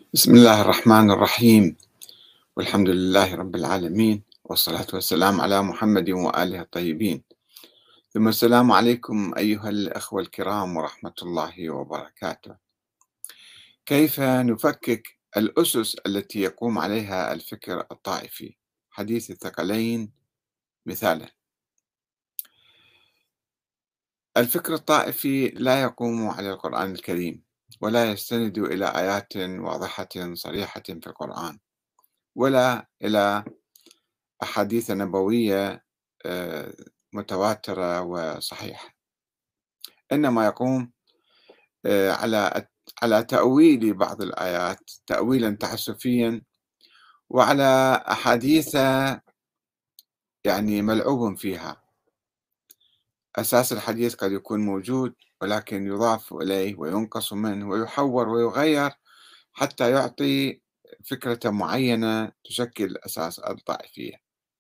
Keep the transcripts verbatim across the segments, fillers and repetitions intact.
بسم الله الرحمن الرحيم، والحمد لله رب العالمين، والصلاة والسلام على محمد وآله الطيبين. ثم السلام عليكم أيها الأخوة الكرام ورحمة الله وبركاته. كيف نفكك الأسس التي يقوم عليها الفكر الطائفي؟ حديث الثقلين مثالا. الفكر الطائفي لا يقوم على القرآن الكريم، ولا يستند إلى آيات واضحة صريحة في القرآن، ولا إلى أحاديث نبوية آه، متواترة وصحيحة، إنما يقوم آه، على على تأويل بعض الآيات تأويلا تعسفيا، وعلى أحاديث يعني ملعوب فيها. أساس الحديث قد يكون موجود، ولكن يضاف إليه وينقص منه ويحور ويغير حتى يعطي فكرة معينة تشكل أساس الطائفية.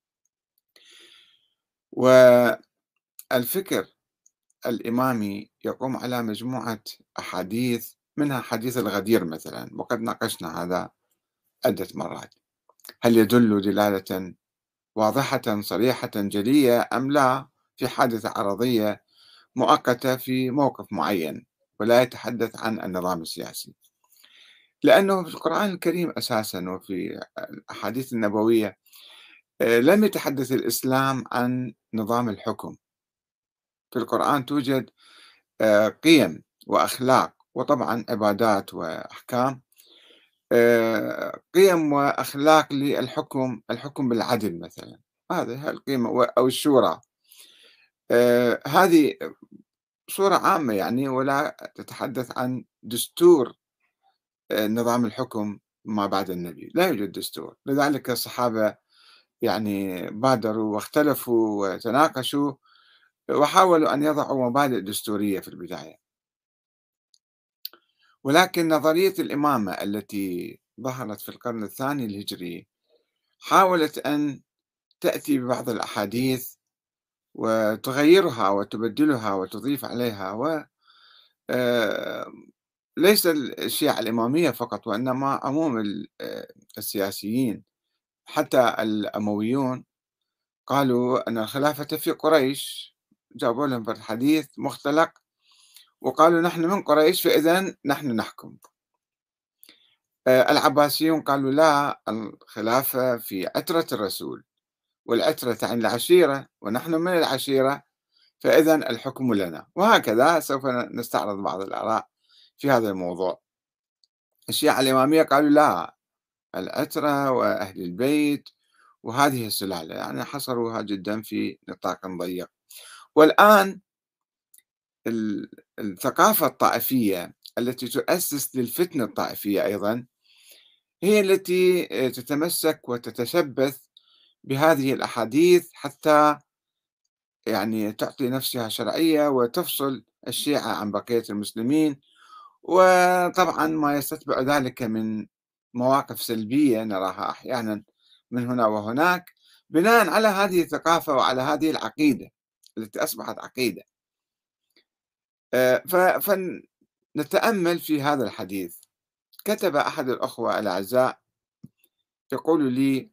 والفكر الإمامي يقوم على مجموعة أحاديث، منها حديث الغدير مثلا، وقد ناقشنا هذا عدة مرات. هل يدل دلالة واضحة صريحة جلية أم لا في حادثة عرضية مؤقتة في موقف معين، ولا يتحدث عن النظام السياسي؟ لأنه في القرآن الكريم أساسا وفي الأحاديث النبوية آه، لم يتحدث الإسلام عن نظام الحكم. في القرآن توجد آه، قيم وأخلاق، وطبعا عبادات وأحكام. آه، قيم وأخلاق للحكم، الحكم بالعدل مثلا، هذه القيمة و- أو الشورى. آه، هذه صورة عامة يعني، ولا تتحدث عن دستور آه، نظام الحكم ما بعد النبي. لا يوجد دستور، لذلك الصحابة يعني بادروا واختلفوا وتناقشوا وحاولوا أن يضعوا مبادئ دستورية في البداية. ولكن نظرية الإمامة التي ظهرت في القرن الثاني الهجري حاولت أن تأتي ببعض الأحاديث وتغيرها وتبدلها وتضيف عليها، و آه، ليس الشيعة الإمامية فقط، وإنما عموم ال- آه، السياسيين. حتى الأمويون قالوا أن الخلافة في قريش، جابوا لهم في الحديث مختلق وقالوا نحن من قريش فإذا نحن نحكم. آه، العباسيون قالوا لا، الخلافة في عترة الرسول، والعترة تعني العشيرة، ونحن من العشيرة فإذا الحكم لنا. وهكذا سوف نستعرض بعض الآراء في هذا الموضوع. الشيعة الإمامية قالوا لا، العترة وأهل البيت وهذه السلالة، يعني حصروها جدا في نطاق ضيق. والآن ال- الثقافة الطائفية التي تؤسس للفتنة الطائفية أيضا هي التي تتمسك وتتشبث بهذه الأحاديث حتى يعني تعطي نفسها شرعية وتفصل الشيعة عن بقية المسلمين. وطبعا ما يستتبع ذلك من مواقف سلبية نراها أحيانا من هنا وهناك، بناء على هذه الثقافة وعلى هذه العقيدة التي أصبحت عقيدة. آه، ف- فنتأمل في هذا الحديث. كتب أحد الأخوة الأعزاء يقول لي: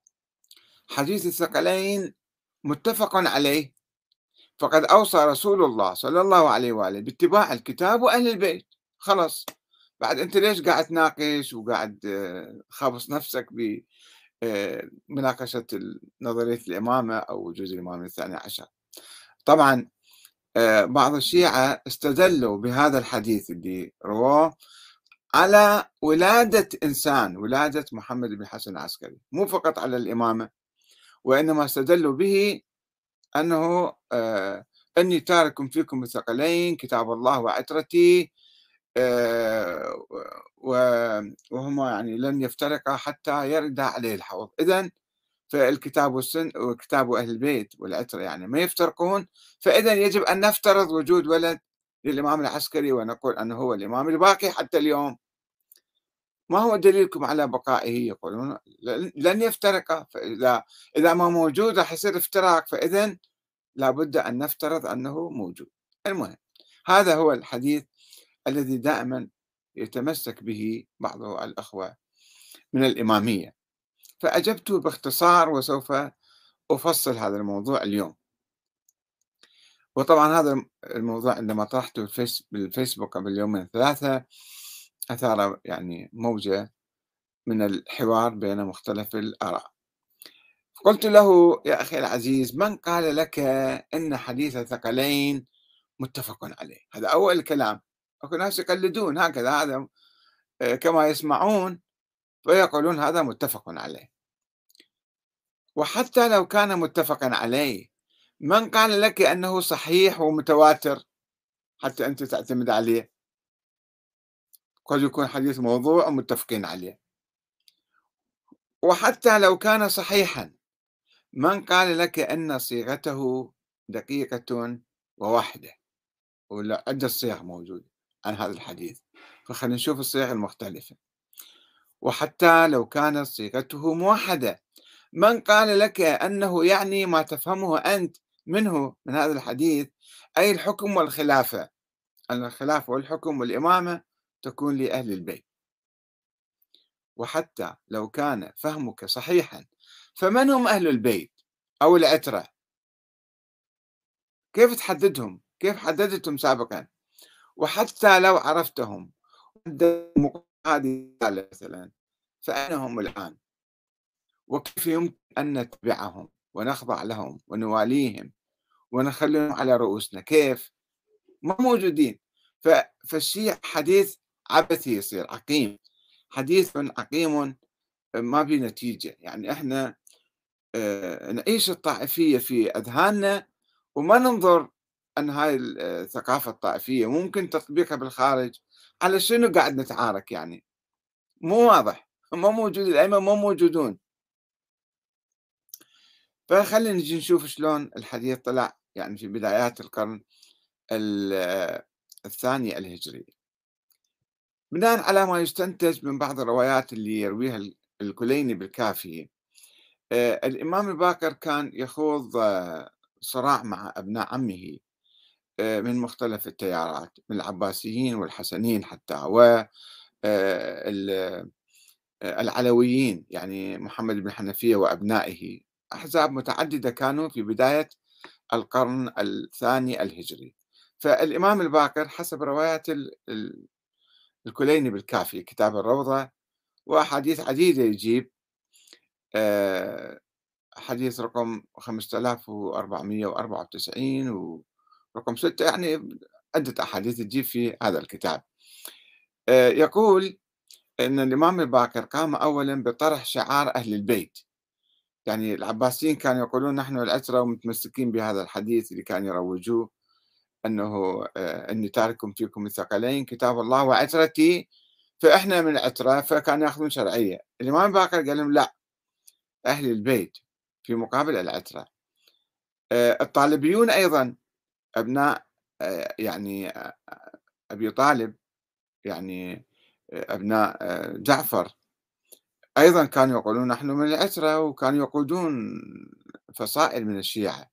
حديث الثقلين متفق عليه، فقد أوصى رسول الله صلى الله عليه وآله باتباع الكتاب وأهل البيت. خلاص، بعد أنت ليش قاعد تناقش وقاعد آه، خابص نفسك بمناقشة نظرية الإمامة أو وجود الإمام الثاني عشر؟ طبعا آه، بعض الشيعة استدلوا بهذا الحديث اللي رواه على ولادة إنسان، ولادة محمد بن حسن العسكري، مو فقط على الإمامة، وإنما استدلوا به أنه آه إني تارك فيكم الثقلين كتاب الله وعترتي، آه و- وهما يعني لن يفترقا حتى يرد عليه الحوض. إذن فالكتاب والسن وكتاب أهل البيت والعترة يعني ما يفترقون، فإذا يجب أن نفترض وجود ولد للإمام العسكري ونقول أنه هو الإمام الباقي حتى اليوم. ما هو دليلكم على بقائه؟ يقولون لن لن يفترقا، فإذا إذا ما موجود راح يصير افتراق، فإذا لابد أن نفترض أنه موجود. المهم، هذا هو الحديث الذي دائما يتمسك به بعض الأخوة من الإمامية، فأجبت باختصار وسوف أفصل هذا الموضوع اليوم. وطبعا هذا الموضوع عندما طرحته الفيس بالفيسبوك قبل يومين ثلاثة أثار يعني موجة من الحوار بين مختلف الآراء. قلت له: يا أخي العزيز، من قال لك أن حديث الثقلين متفق عليه؟ هذا أول كلام. أكو ناس يقلدون هكذا، هذا آه، كما يسمعون فيقولون هذا متفق عليه. وحتى لو كان متفقا عليه، من قال لك أنه صحيح ومتواتر حتى أنت تعتمد عليه؟ قد يكون حديث موضوع ومتفقين عليه. وحتى لو كان صحيحا، من قال لك أن صيغته دقيقة وواحدة، ولا عدة صيغ موجودة عن هذا الحديث؟ فخلينا نشوف الصيغ المختلفة. وحتى لو كانت صيغته موحدة، من قال لك أنه يعني ما تفهمه أنت منه من هذا الحديث، أي الحكم والخلافة، أن الخلافة والحكم والإمامة تكون لأهل البيت. وحتى لو كان فهمك صحيحا، فمن هم أهل البيت أو العترة؟ كيف تحددهم؟ كيف حددتهم سابقا؟ وحتى لو عرفتهم هذه مثلا، فأين هم الآن؟ وكيف يمكن أن نتبعهم ونخضع لهم ونواليهم ونخليهم على رؤوسنا؟ كيف؟ ما موجودين. ف... فالشيء حديث عبثي يصير عقيم، حديث عقيم ما في نتيجة. يعني احنا آه، نعيش الطائفية في أذهاننا وما ننظر أن هاي الثقافة الطائفية ممكن تطبيقها بالخارج. على شنو قاعد نتعارك يعني؟ مو واضح، ما موجود، الأئمة ما موجودون. فخلينا نجي نشوف شلون الحديث طلع يعني في بدايات القرن ال- الثاني الهجري، بناء على ما يستنتج من بعض الروايات اللي يرويها الكليني بالكافي. آه، الإمام الباقر كان يخوض آه، صراع مع أبناء عمه آه، من مختلف التيارات، من العباسيين والحسنيين حتى، و آه، العلويين، يعني محمد بن حنفية وأبنائه. أحزاب متعددة كانوا في بداية القرن الثاني الهجري. فالإمام الباقر حسب روايات ال- ال- الكليني بالكافي كتاب الروضة، وأحاديث عديدة يجيب، آه، حديث رقم خمسة آلاف وأربعمئة وأربعة وتسعين ورقم ستة، يعني عدة أحاديث تجيب في هذا الكتاب. آه، يقول أن الإمام الباقر قام أولا بطرح شعار أهل البيت. يعني العباسيين كانوا يقولون نحن العترة ومتمسكين بهذا الحديث اللي كانوا يروجوه، أنه آه، أني تارك فيكم الثقلين كتاب الله وعترتي، فإحنا من العترة، فكانوا يأخذون شرعية. الإمام باقر قال لهم لا، أهل البيت في مقابل العترة. آه، الطالبيون أيضا أبناء آه، يعني آه، أبي طالب، يعني آه، أبناء آه، جعفر، أيضا كانوا يقولون نحن من العترة، وكانوا يقودون فصائل من الشيعة.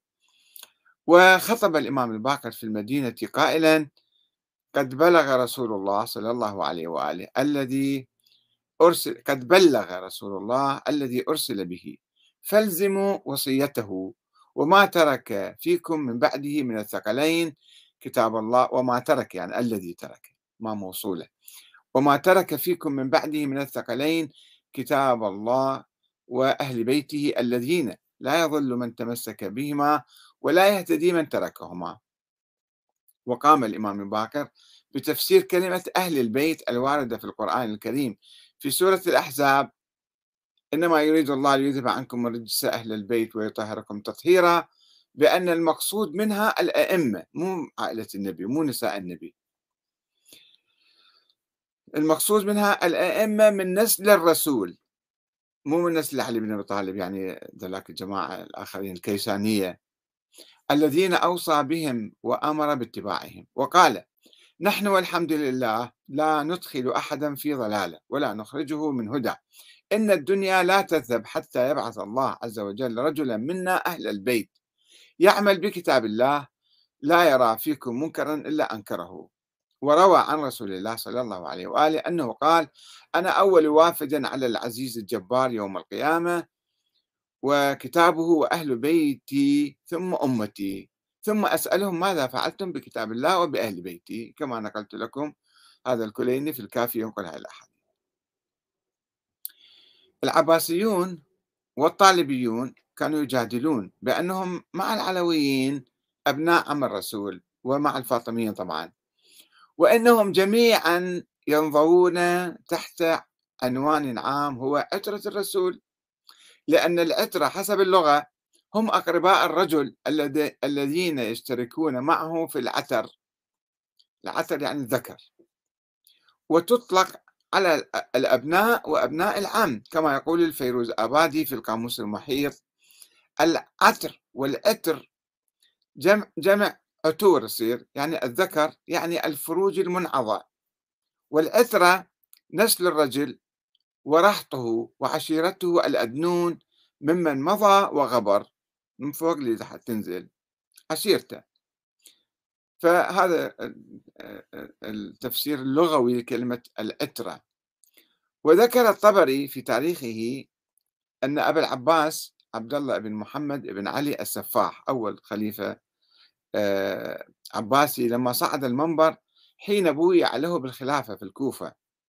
وخطب الإمام الباقر في المدينة قائلا: قد بلغ رسول الله صلى الله عليه وآله الذي أرسل قد بلغ رسول الله الذي أرسل به، فالزموا وصيته، وما ترك فيكم من بعده من الثقلين كتاب الله. وما ترك يعني الذي ترك، ما موصولة. وما ترك فيكم من بعده من الثقلين كتاب الله وأهل بيته الذين لا يضل من تمسك بهما ولا يهتدي من تركهما. وقام الإمام الباقر بتفسير كلمة أهل البيت الواردة في القرآن الكريم في سورة الأحزاب: إنما يريد الله ليذهب عنكم الرجس أهل البيت ويطهركم تطهيرا، بأن المقصود منها الأئمة، مو عائلة النبي، مو نساء النبي. المقصود منها الأئمة من نسل الرسول، مو من نسل علي بن أبي طالب، يعني ذلك الجماعة الآخرين الكيسانية، الذين أوصى بهم وأمر باتباعهم. وقال: نحن والحمد لله لا ندخل أحدا في ضلالة ولا نخرجه من هدى، إن الدنيا لا تذهب حتى يبعث الله عز وجل رجلا منا أهل البيت يعمل بكتاب الله لا يرى فيكم منكرا إلا أنكره، وروى عن رسول الله صلى الله عليه وآله أنه قال: أنا أول وافد على العزيز الجبار يوم القيامة، وكتابه وأهل بيتي ثم أمتي، ثم أسألهم ماذا فعلتم بكتاب الله وبأهل بيتي، كما نقلت لكم هذا الكليني في الكافي ينقل هذه الأحاديث. العباسيون والطالبيون كانوا يجادلون بأنهم مع العلويين أبناء عم الرسول، ومع الفاطميين طبعا، وأنهم جميعا ينضوون تحت عنوان عام هو عترة الرسول، لأن العترة حسب اللغة هم أقرباء الرجل الذي- الذين يشتركون معه في العتر. العتر يعني الذكر، وتطلق على الأبناء وأبناء العم، كما يقول الفيروز آبادي في القاموس المحيط: العتر والعتر جمع جمع عتور يصير، يعني الذكر يعني الفروج المنعضة، والعترة نسل الرجل ورهطه وعشيرته الأدنون ممن مضى وغبر، من فوق لتحت تنزل عشيرته. فهذا التفسير اللغوي لكلمة العترة. وذكر الطبري في تاريخه أن أبا العباس عبد الله بن محمد بن علي السفاح أول خليفة آه، عباسي لما صعد المنبر حين بويع له بالخلافة في الكوفة،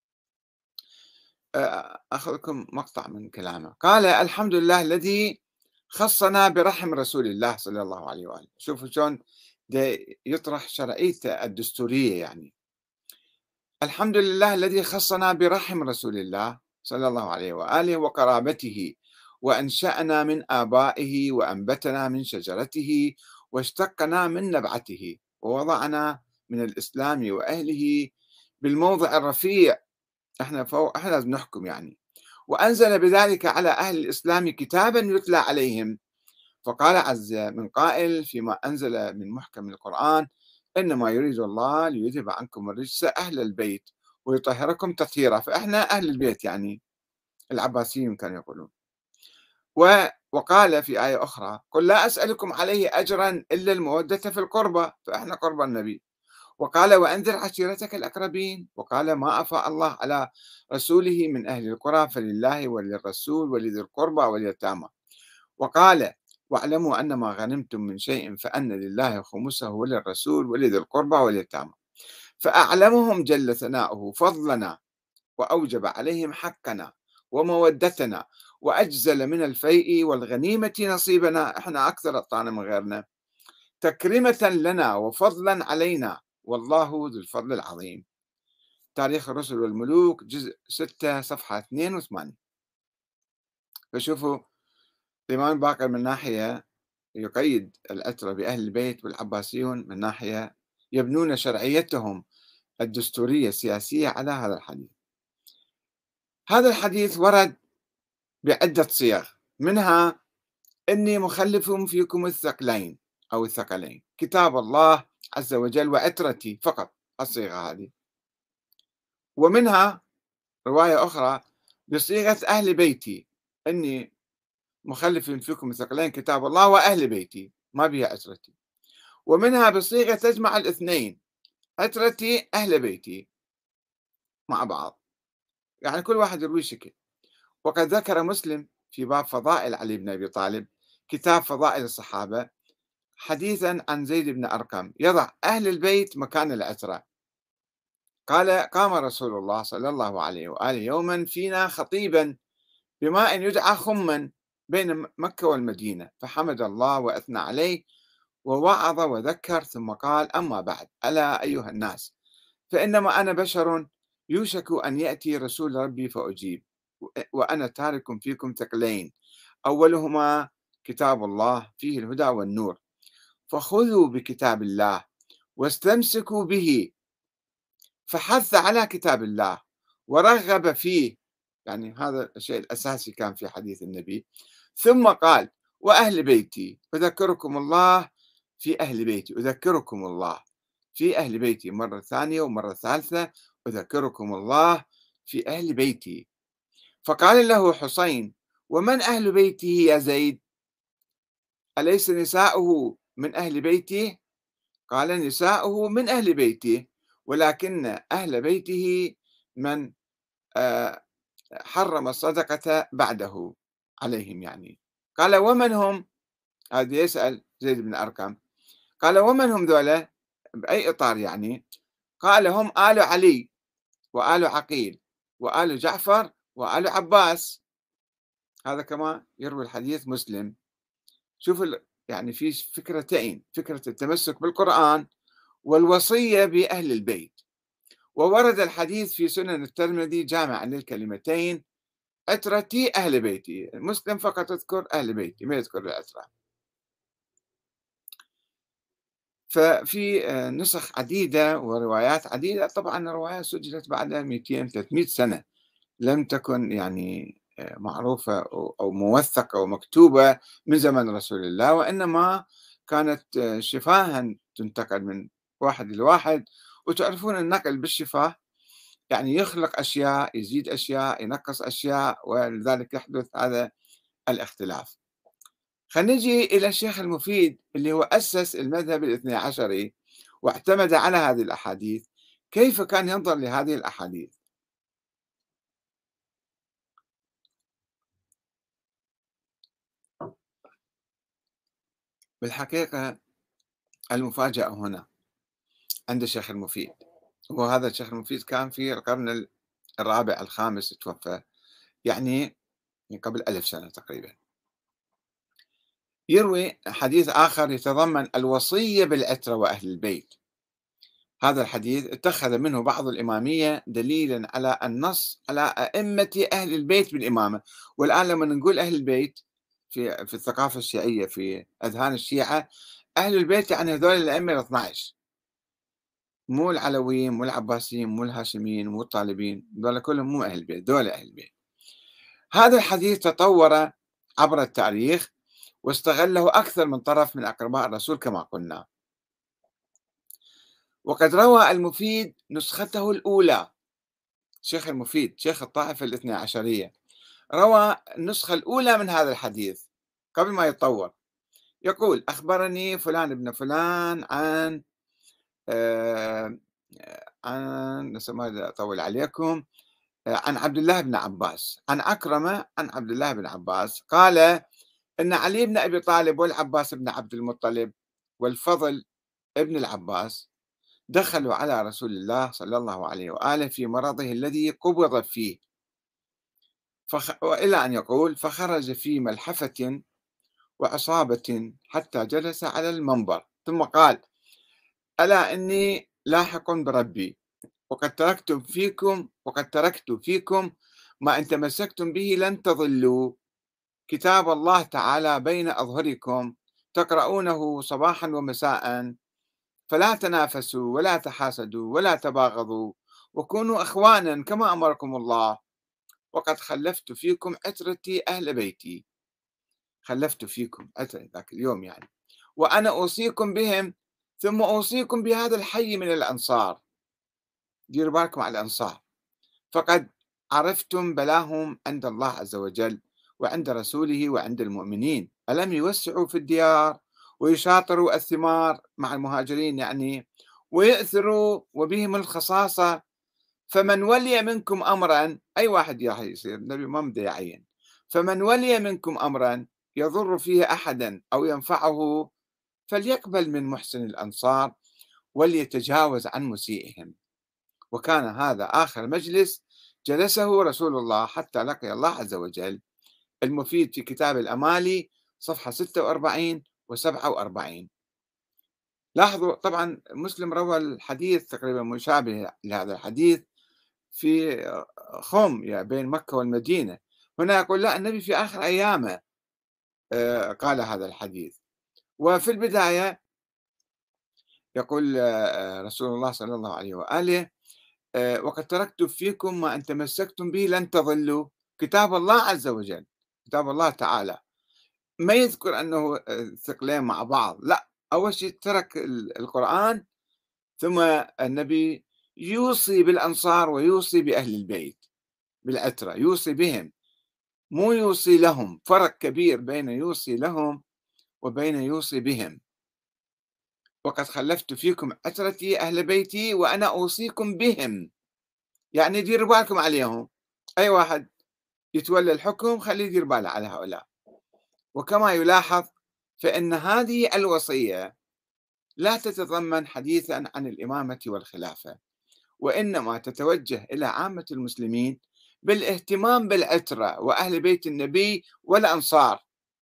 آه، أخذ لكم مقطع من كلامه. قال: الحمد لله الذي خصنا برحم رسول الله صلى الله عليه وآله. شوفوا شلون يطرح شرعيته الدستورية، يعني الحمد لله الذي خصنا برحم رسول الله صلى الله عليه وآله وقرابته، وأنشأنا من آبائه، وأنبتنا من شجرته، واشتقنا من نبعته، ووضعنا من الإسلام وأهله بالموضع الرفيع. احنا فوق، احنا لازم نحكم يعني. وأنزل بذلك على أهل الإسلام كتابا يتلى عليهم، فقال عز من قائل فيما أنزل من محكم القرآن: إنما يريد الله ليذهب عنكم الرجس أهل البيت ويطهركم تطهيرا. فإحنا أهل البيت، يعني العباسيين كانوا يقولون. وقال في آية أخرى: قل لا أسألكم عليه أجرا إلا المودة في القربى، فإحنا قربى النبي. وقال: وأنذر عشيرتك الأقربين. وقال: ما أفاء الله على رسوله من أهل القرى فلله وللرسول ولذي القربى واليتامى. وقال: واعلموا أن ما غنمتم من شيء فأن لله خمسه وللرسول ولذي القربى واليتامى. فأعلمهم جل ثناؤه فضلنا، وأوجب عليهم حقنا ومودتنا، وأجزل من الفيء والغنيمة نصيبنا، إحنا أكثر أعطانا من غيرنا، تكرمة لنا وفضلا علينا، والله ذو الفضل العظيم. تاريخ الرسل والملوك جزء ستة صفحة اثنين وثمانين. فشوفوا الإمام باقر من ناحية يقيد الأترة بأهل البيت، والعباسيون من ناحية يبنون شرعيتهم الدستورية السياسية على هذا الحديث. هذا الحديث ورد بعدة صيغ، منها: إني مخلف فيكم الثقلين أو الثقلين، كتاب الله عز وجل وعترتي، فقط الصيغة هذه. ومنها رواية أخرى بصيغة أهل بيتي: إني مخلف فيكم الثقلين كتاب الله وأهل بيتي، ما بها عترتي. ومنها بصيغة تجمع الاثنين: عترتي أهل بيتي مع بعض، يعني كل واحد يروي شكل. وقد ذكر مسلم في باب فضائل علي بن أبي طالب كتاب فضائل الصحابة حديثا عن زيد بن أرقم يضع أهل البيت مكان العترة. قال: قام رسول الله صلى الله عليه وآله يوما فينا خطيبا بماء يدعى خما بين مكة والمدينة، فحمد الله وأثنى عليه ووعظ وذكر، ثم قال: أما بعد، ألا أيها الناس، فإنما أنا بشر يوشك أن يأتي رسول ربي فأجيب، وأنا تارك فيكم ثقلين، أولهما كتاب الله فيه الهدى والنور، فخذوا بكتاب الله واستمسكوا به. فحث على كتاب الله ورغب فيه، يعني هذا الشيء الأساسي كان في حديث النبي. ثم قال: وأهل بيتي أذكركم الله في أهل بيتي، أذكركم الله في أهل بيتي، مرة ثانية ومرة ثالثة: أذكركم الله في أهل بيتي. فقال له حسين: ومن أهل بيته يا زيد؟ أليس نساؤه من أهل بيته؟ قال: نساؤه من أهل بيته، ولكن أهل بيته من آآ حرّم الصدقة بعده عليهم يعني. قال: "ومن هم؟" هذا يسأل زيد بن أرقم، قال: "ومن هم ذولا؟" بأي إطار يعني؟ قال: "هم آل علي، وآل عقيل، وآل جعفر، وآل عباس." هذا كما يروي الحديث مسلم. شوف ال يعني في فكرتين، فكرة التمسك بالقرآن والوصية بأهل البيت. وورد الحديث في سنن الترمذي جامعًا للكلمتين: "عترتي أهل بيتي." مسلم فقط يذكر أهل بيتي، ما يذكر العترة. ففي آآ نسخ عديدة وروايات عديدة، طبعًا الروايات سجلت بعد مئتين ثلاثمئة سنة، لم تكن يعني آآ معروفة أو أو موثقة ومكتوبة من زمن رسول الله، وإنما كانت آه، شفاهًا تُنتقل من واحد لواحد، وتعرفون النقل بالشفاه يعني يخلق أشياء، يزيد أشياء، ينقّص أشياء، ولذلك يحدث هذا الاختلاف. خلينا نجي إلى الشيخ المفيد اللي هو أسس المذهب الاثني عشري واعتمد على هذه الأحاديث. كيف كان ينظر لهذه الأحاديث؟ بالحقيقة المفاجأة هنا عند الشيخ المفيد، وهذا الشيخ المفيد كان في القرن الرابع الخامس توفى، يعني من قبل ألف سنة تقريبا. يروي حديث آخر يتضمن الوصية بالعترة وأهل البيت. هذا الحديث اتخذ منه بعض الإمامية دليلا على النص على أئمة أهل البيت بالإمامة. والآن لما نقول أهل البيت في في الثقافة الشيعية في أذهان الشيعة، أهل البيت يعني هذول الأئمة الاثنى عشر، مو العلويين، مو العباسيين، مو الهاشميين، مو الطالبين، هذول كلهم مو أهل البيت، دول أهل البيت. هذا الحديث تطور عبر التاريخ واستغله أكثر من طرف من أقرباء الرسول كما قلنا. وقد روى المفيد نسخته الأولى، شيخ المفيد شيخ الطائفة الاثنى عشرية روى النسخة الأولى من هذا الحديث قبل ما يتطور. يقول: "أخبرني فلان ابن فلان عن آه، عن ما أطول عليكم آه، عن عبد الله بن عباس عن عكرمة عن عبد الله بن عباس قال إن علي بن أبي طالب والعباس بن عبد المطلب والفضل ابن العباس دخلوا على رسول الله صلى الله عليه وآله في مرضه الذي قبض فيه، فخ... وإلى أن يقول: فخرج في ملحفة وعصابة حتى جلس على المنبر، ثم قال: ألا إني لاحق بربي، وقد تركت فيكم وقد تركت فيكم ما إن تمسكتم به لن تضلوا، كتاب الله تعالى بين أظهركم تقرؤونه صباحا ومساء، فلا تنافسوا ولا تحاسدوا ولا تباغضوا، وكونوا أخوانا كما أمركم الله، وقد خلفت فيكم عترتي أهل بيتي. خلفت فيكم عترة ذاك اليوم يعني، وأنا أوصيكم بهم، ثم أوصيكم بهذا الحي من الأنصار. ديروا بالكم على الأنصار، فقد عرفتم بلاهم عند الله عز وجل وعند رسوله وعند المؤمنين، ألم يوسعوا في الديار ويشاطروا الثمار مع المهاجرين يعني، ويأثروا وبهم الخصاصة، فمن ولي منكم أمرا، أي واحد راح يصير النبي ما بده يعين، فمن ولي منكم أمرا يضر فيه أحدا أو ينفعه فليقبل من محسن الأنصار وليتجاوز عن مسيئهم. وكان هذا آخر مجلس جلسه رسول الله حتى لقي الله عز وجل. المفيد في كتاب الأمالي صفحة ستة وأربعين و47. لاحظوا طبعا مسلم روى الحديث تقريبا مشابه لهذا الحديث في خم يعني بين مكة والمدينة. هنا يقول لا، النبي في آخر أيامه آه، قال هذا الحديث. وفي البداية يقول آه، رسول الله صلى الله عليه وآله: آه، وقد تركت فيكم ما إن تمسكتم به لن تضلوا، كتاب الله عز وجل، كتاب الله تعالى. ما يذكر أنه آه، ثقلين مع بعض، لا، أول شيء ترك ال- القرآن، ثم النبي يوصي بالأنصار ويوصي بأهل البيت بالعترة، يوصي بهم مو يوصي لهم. فرق كبير بين يوصي لهم وبين يوصي بهم. وقد خلفت فيكم عترتي أهل بيتي وأنا أوصيكم بهم. يعني ديروا بالكم عليهم، أي واحد يتولى الحكم خليه يدير باله على هؤلاء. وكما يلاحظ فإن هذه الوصية لا تتضمن حديثا عن الإمامة والخلافة، وإنما تتوجه إلى عامة المسلمين بالاهتمام بالعترة وأهل بيت النبي والأنصار.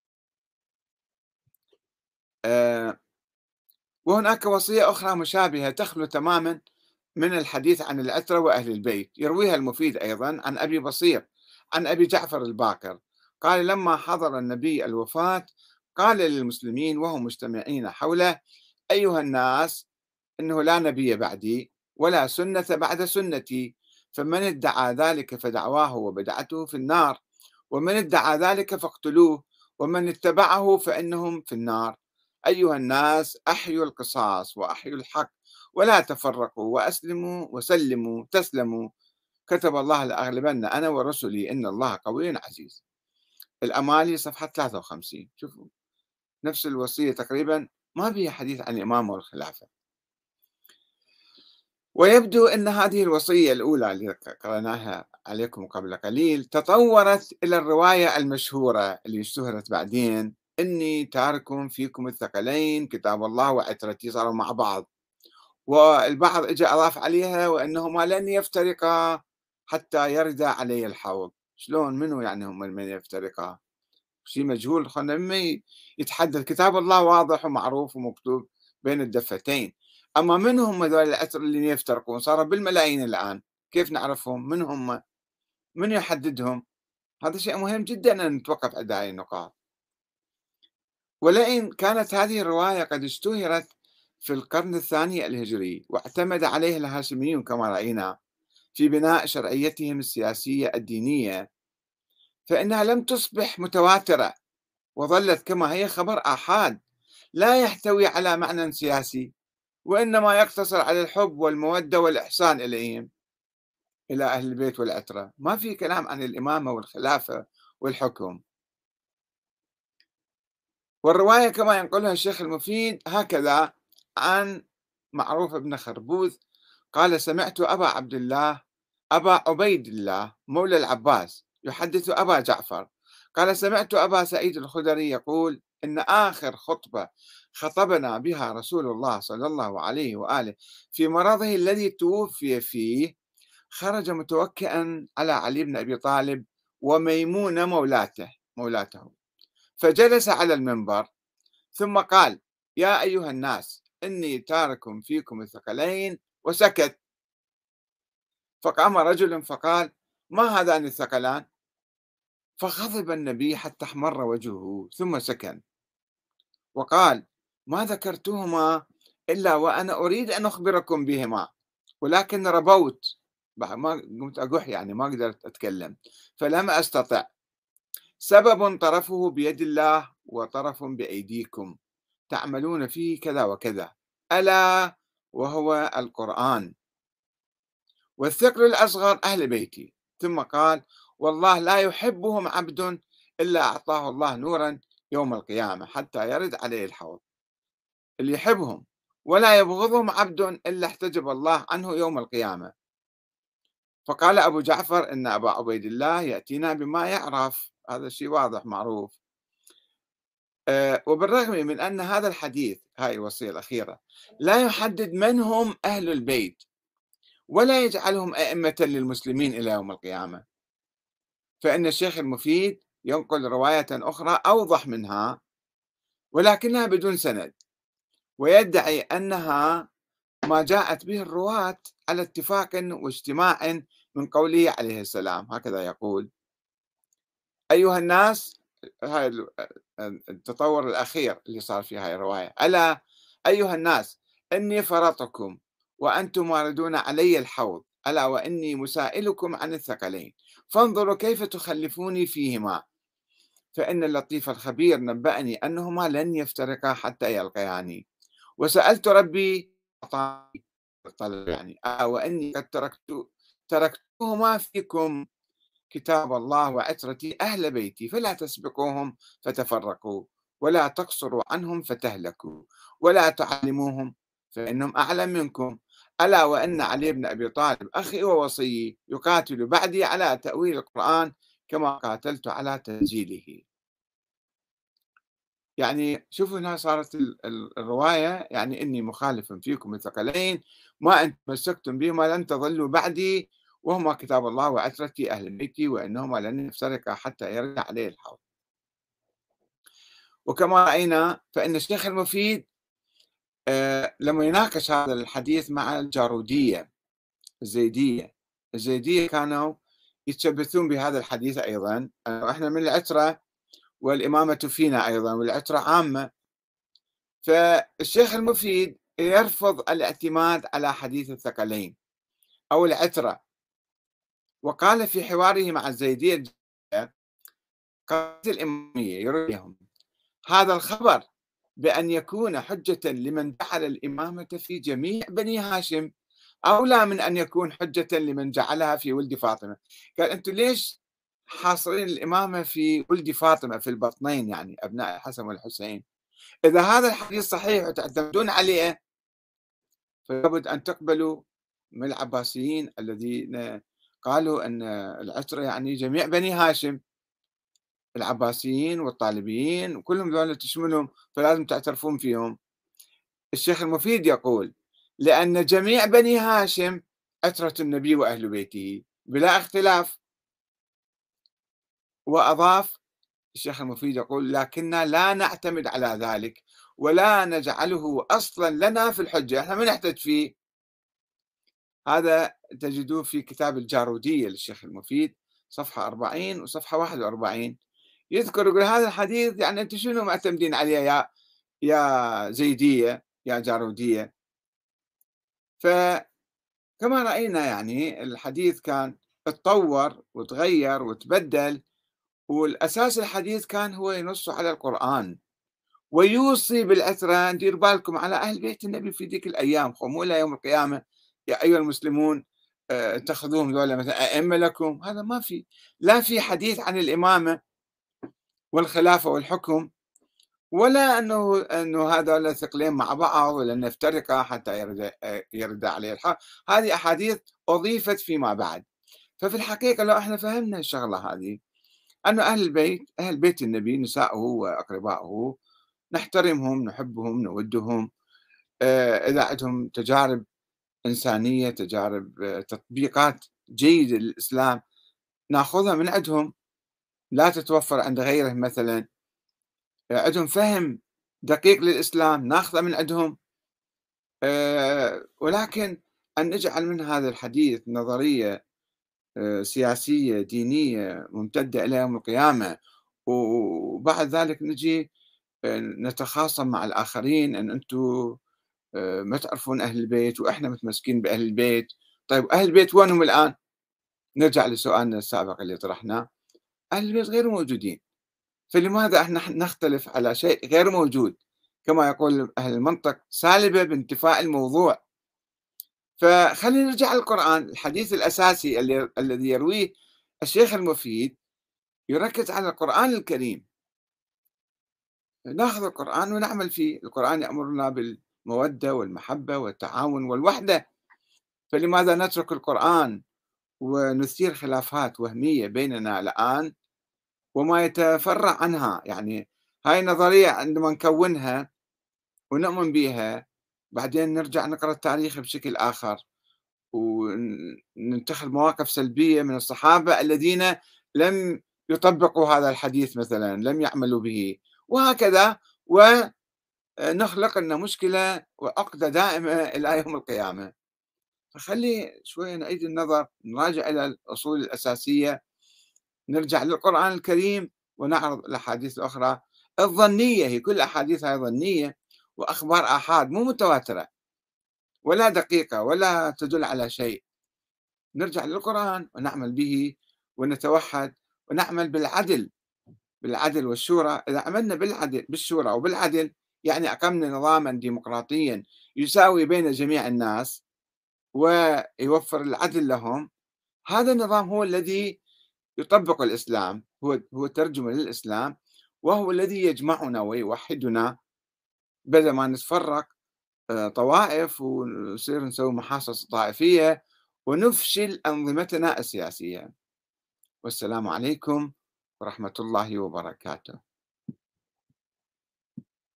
آه، وهناك وصية أخرى مشابهة تخلو تماما من الحديث عن العترة وأهل البيت، يرويها المفيد أيضا عن أبي بصير عن أبي جعفر الباقر قال: لما حضر النبي الوفاة قال للمسلمين وهم مجتمعين حوله: أيها الناس، إنه لا نبي بعدي ولا سنة بعد سنتي، فمن ادعى ذلك فدعواه وبدعته في النار، ومن ادعى ذلك فاقتلوه، ومن اتبعه فإنهم في النار. أيها الناس، أحيوا القصاص وأحيوا الحق ولا تفرقوا، وأسلموا وسلموا تسلموا، كتب الله لأغلبن أنا ورسلي إن الله قوي عزيز. الأمالي صفحة ثلاثة وخمسين. شوفوا نفس الوصية تقريبا، ما فيها حديث عن الإمامة والخلافة. ويبدو أن هذه الوصية الأولى اللي قرأناها عليكم قبل قليل تطورت إلى الرواية المشهورة اللي اشتهرت بعدين: إني تارك فيكم الثقلين كتاب الله وعترتي، صاروا مع بعض. والبعض اجى أضاف عليها: وأنهما لن يفترقا حتى يرد علي الحوض. شلون؟ منو يعني هم من يفترقا؟ شيء مجهول. خلنا مما يتحدث كتاب الله واضح ومعروف ومكتوب بين الدفتين. أما من هم هذول العتر اللي يفترقون؟ صاروا بالملايين الآن، كيف نعرفهم؟ من هم؟ من يحددهم؟ هذا شيء مهم جدا أن نتوقف عند هذه النقاط. ولئن كانت هذه الرواية قد اشتهرت في القرن الثاني الهجري واعتمد عليها الهاشميون كما رأينا في بناء شرعيتهم السياسية الدينية، فإنها لم تصبح متواترة، وظلت كما هي خبر آحاد لا يحتوي على معنى سياسي، وإنما يقتصر على الحب والمودة والإحسان إليهم، إلى أهل البيت والعترة. ما في كلام عن الإمامة والخلافة والحكم. والرواية كما ينقلها الشيخ المفيد هكذا عن معروف بن خربوذ قال: سمعت أبا عبد الله أبا عبيد الله مولى العباس يحدث أبا جعفر قال: سمعت أبا سعيد الخدري يقول: إن آخر خطبة خطبنا بها رسول الله صلى الله عليه وآله في مرضه الذي توفي فيه، خرج متوكئا على علي بن أبي طالب وميمونة مولاته مولاته فجلس على المنبر، ثم قال: يا أيها الناس، إني تارك فيكم الثقلين، وسكت. فقام رجل فقال: ما هذان الثقلان؟ فغضب النبي حتى احمر وجهه ثم سكن، وقال: ما ذكرتهما إلا وأنا أريد أن أخبركم بهما، ولكن ربوت، ما قمت أقح، يعني ما قدرت أتكلم، فلم أستطع. سبب طرفه بيد الله وطرف بأيديكم، تعملون فيه كذا وكذا، ألا وهو القرآن. والثقل الأصغر أهل بيتي. ثم قال: والله لا يحبهم عبد إلا أعطاه الله نورا يوم القيامة حتى يرد عليه الحوض. اللي يحبهم. ولا يبغضهم عبد إلا احتجب الله عنه يوم القيامة. فقال أبو جعفر: إن أبا عبيد الله يأتينا بما يعرف. هذا الشيء واضح معروف. أه وبالرغم من أن هذا الحديث، هاي الوصية الأخيرة، لا يحدد من هم أهل البيت ولا يجعلهم أئمة للمسلمين إلى يوم القيامة، فإن الشيخ المفيد ينقل رواية أخرى أوضح منها ولكنها بدون سند، ويدعي أنها ما جاءت به الرواة على اتفاق واجتماع من قوله عليه السلام. هكذا يقول: أيها الناس، هاي التطور الأخير اللي صار في هاي الرواية: ألا أيها الناس، إني فرطكم وأنتم واردون علي الحوض، ألا وإني مسائلكم عن الثقلين، فانظروا كيف تخلفوني فيهما، فإن اللطيف الخبير نبأني أنهما لن يفترقا حتى يلقياني، وسألت ربي أعطاني الطلب، يعني ألا وإني قد تركت تركتهما فيكم، كتاب الله وعترتي أهل بيتي، فلا تسبقوهم فتفرقوا، ولا تقصروا عنهم فتهلكوا ولا تعلموهم فإنهم أعلم منكم ألا وإن علي بن أبي طالب أخي ووصيي يقاتل بعدي على تأويل القرآن كما قاتلت على تنزيله. يعني شوفوا هنا صارت ال- ال- الرواية، يعني إني مخالف فيكم الثقلين ما أن تمسكتم بهما لن تضلوا بعدي وهما كتاب الله وعترتي أهل بيتي وإنهما لن يفترقا حتى يرجع عليه الحوض. وكما رأينا فإن الشيخ المفيد آه، لما يناقش هذا الحديث مع الجارودية الزيدية، الزيدية كانوا يتشبثون بهذا الحديث أيضا، آه، إحنا من العترة والإمامة فينا أيضا والعترة عامة. فالشيخ المفيد يرفض الاعتماد على حديث الثقلين أو العترة، وقال في حواره مع الزيدية قالت الإمامية يرويهم هذا الخبر بأن يكون حجة لمن جعل الإمامة في جميع بني هاشم أولى من أن يكون حجة لمن جعلها في ولد فاطمة. قال أنتم ليش حاصرين الإمامة في ولد فاطمة في البطنين، يعني أبناء الحسن والحسين؟ إذا هذا الحديث صحيح وتعتمدون عليه فلابد أن تقبلوا من العباسيين الذين قالوا أن العترة يعني جميع بني هاشم، العباسيين والطالبيين وكلهم ذولا تشملهم فلازم تعترفون فيهم. الشيخ المفيد يقول لأن جميع بني هاشم عترة النبي وأهل بيته بلا اختلاف. وأضاف الشيخ المفيد يقول لكننا لا نعتمد على ذلك ولا نجعله أصلا لنا في الحجة، احنا ما نحتج فيه. هذا تجدوه في كتاب الجارودية للشيخ المفيد صفحة أربعين وصفحة واحد وأربعين. يذكر يقول هذا الحديث يعني أنتم شنو معتمدين عليه يا يا زيدية يا جارودية؟ فكما رأينا يعني الحديث كان اتطور وتغير وتبدل، والأساس الحديث كان هو ينص على القرآن ويوصي بالعترة. دير بالكم على أهل بيت النبي في ذيك الأيام، خو مو إلى يوم القيامة يا أيها المسلمون آه، اتخذوهم ذولا مثلا أئمة لكم، هذا ما في. لا في حديث عن الإمامة والخلافة والحكم، ولا أنه أنه هذول ثقلين مع بعض ولن نفترقا حتى يرد يرد عليه الحق. هذه أحاديث أضيفت فيما بعد. ففي الحقيقة لو احنا فهمنا الشغلة هذه أن أهل البيت أهل بيت النبي نساؤه وأقربائه نحترمهم نحبهم نودهم، آه، إذا عندهم تجارب إنسانية تجارب آه، تطبيقات جيدة للإسلام ناخذها من عندهم لا تتوفر عند غيرهم، مثلا عندهم فهم دقيق للإسلام ناخذه من عندهم. آه، ولكن أن نجعل من هذا الحديث نظرية آه، سياسية دينية ممتدة إلى يوم القيامة، وبعد ذلك نجي آه، نتخاصم مع الآخرين أن أنتم آه، ما تعرفون أهل البيت وإحنا متمسكين بأهل البيت. طيب أهل البيت وينهم الآن؟ نرجع لسؤالنا السابق اللي طرحناه، أهل البيت غير موجودين، فلماذا احنا نختلف على شيء غير موجود؟ كما يقول أهل المنطق سالبة بانتفاء الموضوع. فخلينا نرجع للقرآن. الحديث الأساسي اللي الذي يرويه الشيخ المفيد يركز على القرآن الكريم، ناخذ القرآن ونعمل فيه. القرآن يأمرنا بالمودة والمحبة والتعاون والوحدة، فلماذا نترك القرآن ونثير خلافات وهمية بيننا الآن وما يتفرع عنها؟ يعني هاي النظرية عندما نكونها ونؤمن بها بعدين نرجع نقرأ التاريخ بشكل آخر ونتخذ مواقف سلبية من الصحابة الذين لم يطبقوا هذا الحديث مثلا لم يعملوا به وهكذا، ونخلق لنا مشكلة وعقدة دائمة إلى يوم القيامة. فخلي شوية نعيد النظر نراجع إلى الأصول الأساسية، نرجع للقرآن الكريم ونعرض الأحاديث الأخرى الظنية، هي كل أحاديثها ظنية وأخبار آحاد مو متواترة ولا دقيقة ولا تدل على شيء. نرجع للقرآن ونعمل به ونتوحد ونعمل بالعدل، بالعدل والشورى. إذا عملنا بالعدل بالشورى وبالعدل يعني أقمنا نظاما ديمقراطيا يساوي بين جميع الناس ويوفر العدل لهم، هذا النظام هو الذي يطبق الإسلام، هو هو ترجمة للإسلام وهو الذي يجمعنا ويوحدنا بدل ما نتفرق آآ طوائف ونصير نسوي محاصص طائفية ونفشل أنظمتنا السياسية. والسلام عليكم ورحمة الله وبركاته.